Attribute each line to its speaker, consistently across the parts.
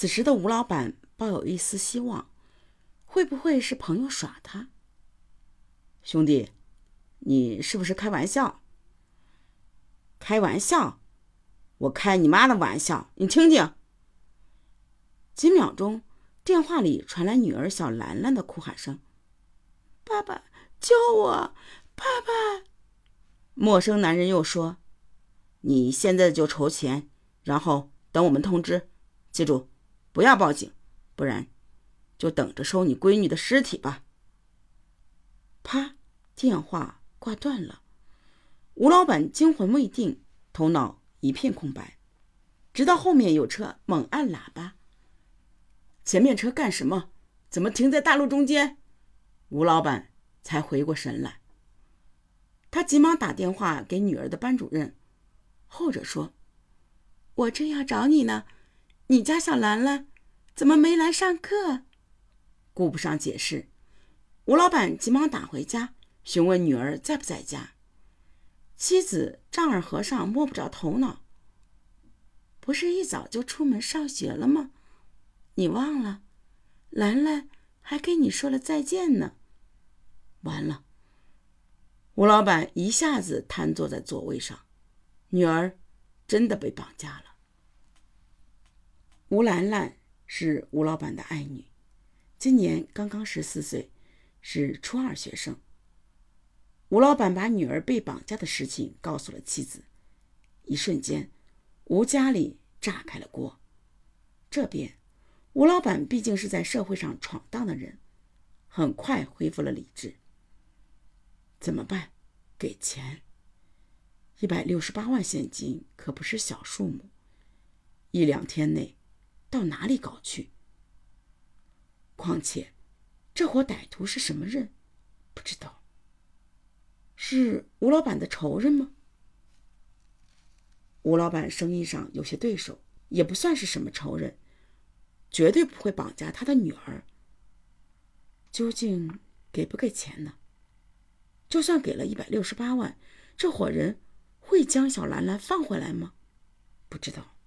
Speaker 1: 此时的吴老板抱有一丝希望，会不会是朋友耍他？兄弟，你是不是开玩笑？开玩笑？我开你妈的玩笑，你听听。几秒钟，电话里传来女儿小兰兰的哭喊声：爸爸，救我！爸爸！陌生男人又说：你现在就筹钱，然后等我们通知，记住不要报警，不然就等着收你闺女的尸体吧。啪，电话挂断了。吴老板惊魂未定，头脑一片空白，直到后面有车猛按喇叭。前面车干什么？怎么停在大路中间？吴老板才回过神来。他急忙打电话给女儿的班主任，后者说：我正要找你呢，你家小兰兰怎么没来上课？顾不上解释，吴老板急忙打回家，询问女儿在不在家。妻子丈二和尚摸不着头脑：不是一早就出门上学了吗？你忘了，兰兰还跟你说了再见呢。完了，吴老板一下子瘫坐在座位上，女儿真的被绑架了。吴兰兰是吴老板的爱女，今年刚刚14岁，是初2学生。吴老板把女儿被绑架的事情告诉了妻子，一瞬间，吴家里炸开了锅。这边吴老板毕竟是在社会上闯荡的人，很快恢复了理智。怎么办？给钱。168万现金可不是小数目，1-2天内到哪里搞去？况且这伙歹徒是什么人？不知道。是吴老板的仇人吗？吴老板生意上有些对手，也不算是什么仇人，绝对不会绑架他的女儿。究竟给不给钱呢？就算给了168万，这伙人会将小兰兰放回来吗？不知道。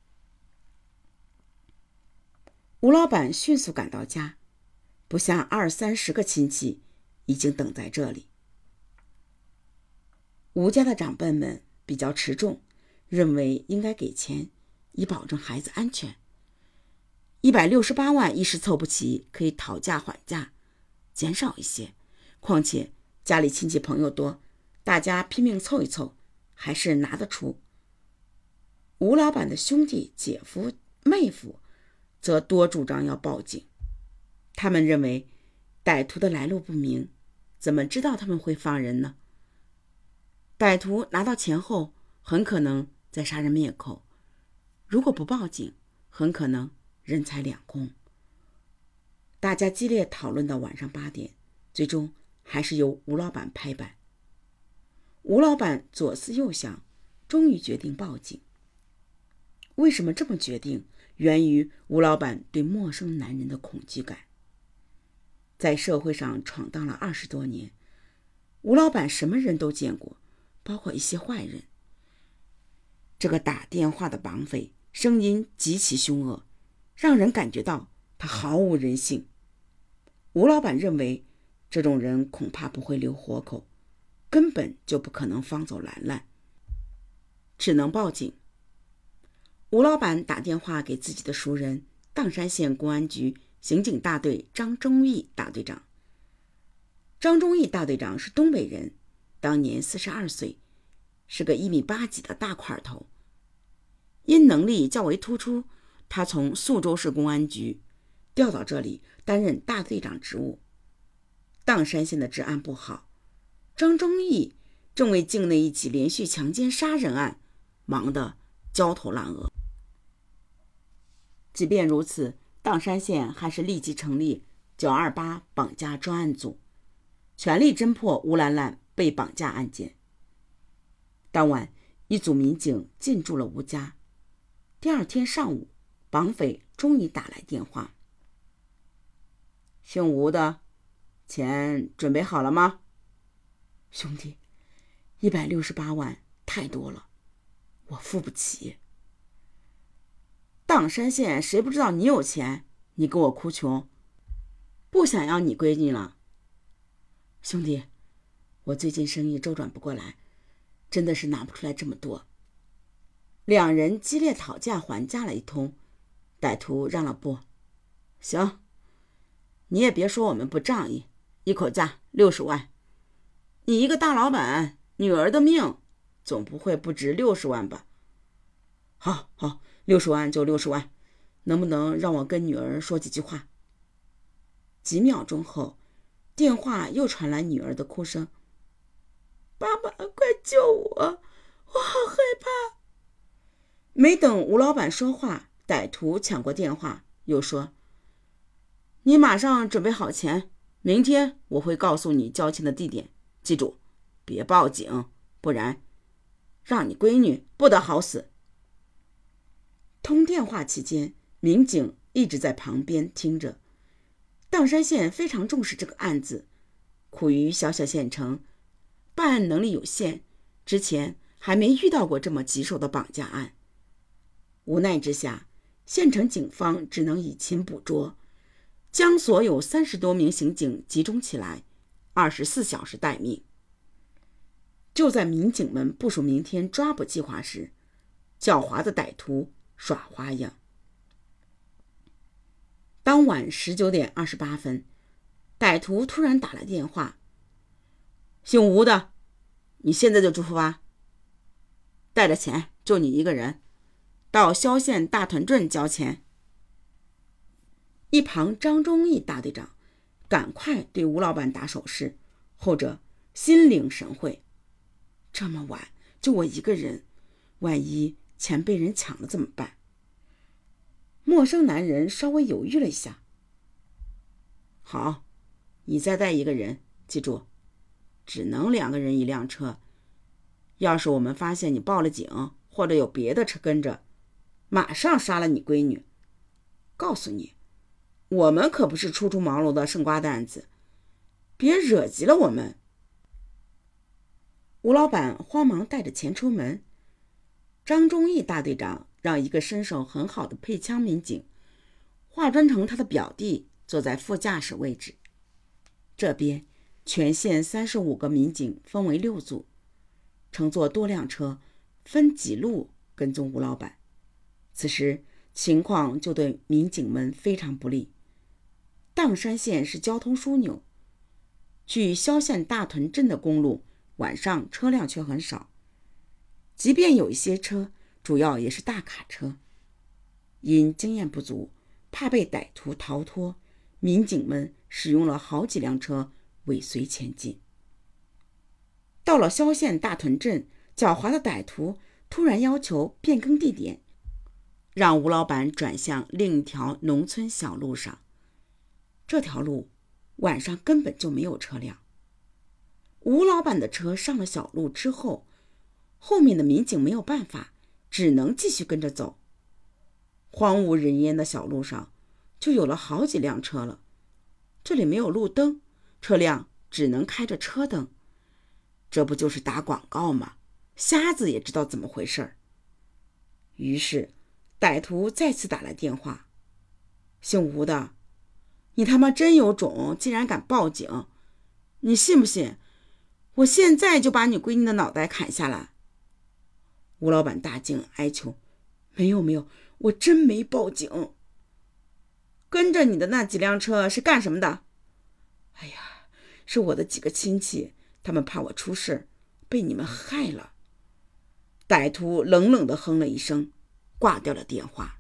Speaker 1: 吴老板迅速赶到家，不下20-30个亲戚已经等在这里。吴家的长辈们比较持重，认为应该给钱，以保证孩子安全。168万一时凑不齐，可以讨价还价，减少一些。况且家里亲戚朋友多，大家拼命凑一凑，还是拿得出。吴老板的兄弟、姐夫、妹夫则多主张要报警。他们认为歹徒的来路不明，怎么知道他们会放人呢？歹徒拿到钱后，很可能再杀人灭口，如果不报警，很可能人财两空。大家激烈讨论到晚上8点，最终还是由吴老板拍板。吴老板左思右想，终于决定报警。为什么这么决定？源于吴老板对陌生男人的恐惧感。在社会上闯荡了20多年，吴老板什么人都见过，包括一些坏人。这个打电话的绑匪声音极其凶恶，让人感觉到他毫无人性。吴老板认为这种人恐怕不会留活口，根本就不可能放走兰兰，只能报警。吴老板打电话给自己的熟人，砀山县公安局刑警大队张忠义大队长。张忠义大队长是东北人，当年42岁，是个1.8米几的大块头。因能力较为突出，他从宿州市公安局调到这里担任大队长职务。砀山县的治安不好，张忠义正为境内一起连续强奸杀人案忙得焦头烂额。即便如此，砀山县还是立即成立928绑架专案组，全力侦破吴兰兰被绑架案件。当晚，一组民警进驻了吴家。第二天上午，绑匪终于打来电话：姓吴的，钱准备好了吗？兄弟，168万太多了，我付不起。 砀山县谁不知道你有钱？你给我哭穷，不想要你闺女了。兄弟，我最近生意周转不过来，真的是拿不出来这么多。两人激烈讨价还价了一通，歹徒让了步。行，你也别说我们不仗义，一口价60万。你一个大老板，女儿的命总不会不值60万吧？好，60万就60万，能不能让我跟女儿说几句话？几秒钟后，电话又传来女儿的哭声：爸爸，快救我，我好害怕。没等吴老板说话，歹徒抢过电话，又说：你马上准备好钱，明天我会告诉你交钱的地点，记住，别报警，不然让你闺女不得好死。通电话期间，民警一直在旁边听着。砀山县非常重视这个案子，苦于小小县城，办案能力有限，之前还没遇到过这么棘手的绑架案。无奈之下，县城警方只能以擒捕捉，将所有30多名刑警集中起来，24小时待命。就在民警们部署明天抓捕计划时，狡猾的歹徒耍花样。当晚19点28分，歹徒突然打来电话：姓吴的，你现在就出发，带着钱，就你一个人，到萧县大屯镇交钱。一旁张忠义大队长赶快对吴老板打手势，后者心领神会。这么晚就我一个人，万一钱被人抢了怎么办？陌生男人稍微犹豫了一下：好，你再带一个人，记住，只能2个人一辆车。要是我们发现你报了警，或者有别的车跟着，马上杀了你闺女。告诉你，我们可不是初出茅庐的剩瓜蛋子，别惹急了我们。吴老板慌忙带着钱出门。张忠义大队长让一个身手很好的配枪民警化妆成他的表弟，坐在副驾驶位置。这边全县35个民警分为6组，乘坐多辆车，分几路跟踪吴老板。此时情况就对民警们非常不利。砀山县是交通枢纽，去萧县大屯镇的公路晚上车辆却很少，即便有一些车，主要也是大卡车。因经验不足，怕被歹徒逃脱，民警们使用了好几辆车尾随前进。到了萧县大屯镇，狡猾的歹徒突然要求变更地点，让吴老板转向另一条农村小路上。这条路晚上根本就没有车辆。吴老板的车上了小路之后，后面的民警没有办法，只能继续跟着走。荒无人烟的小路上就有了好几辆车了，这里没有路灯，车辆只能开着车灯。这不就是打广告吗？瞎子也知道怎么回事。于是歹徒再次打来电话：姓吴的，你他妈真有种，竟然敢报警！你信不信我现在就把你闺女的脑袋砍下来？吴老板大惊哀求：没有，我真没报警。跟着你的那几辆车是干什么的？哎呀，是我的几个亲戚，他们怕我出事，被你们害了。歹徒冷冷地哼了一声，挂掉了电话。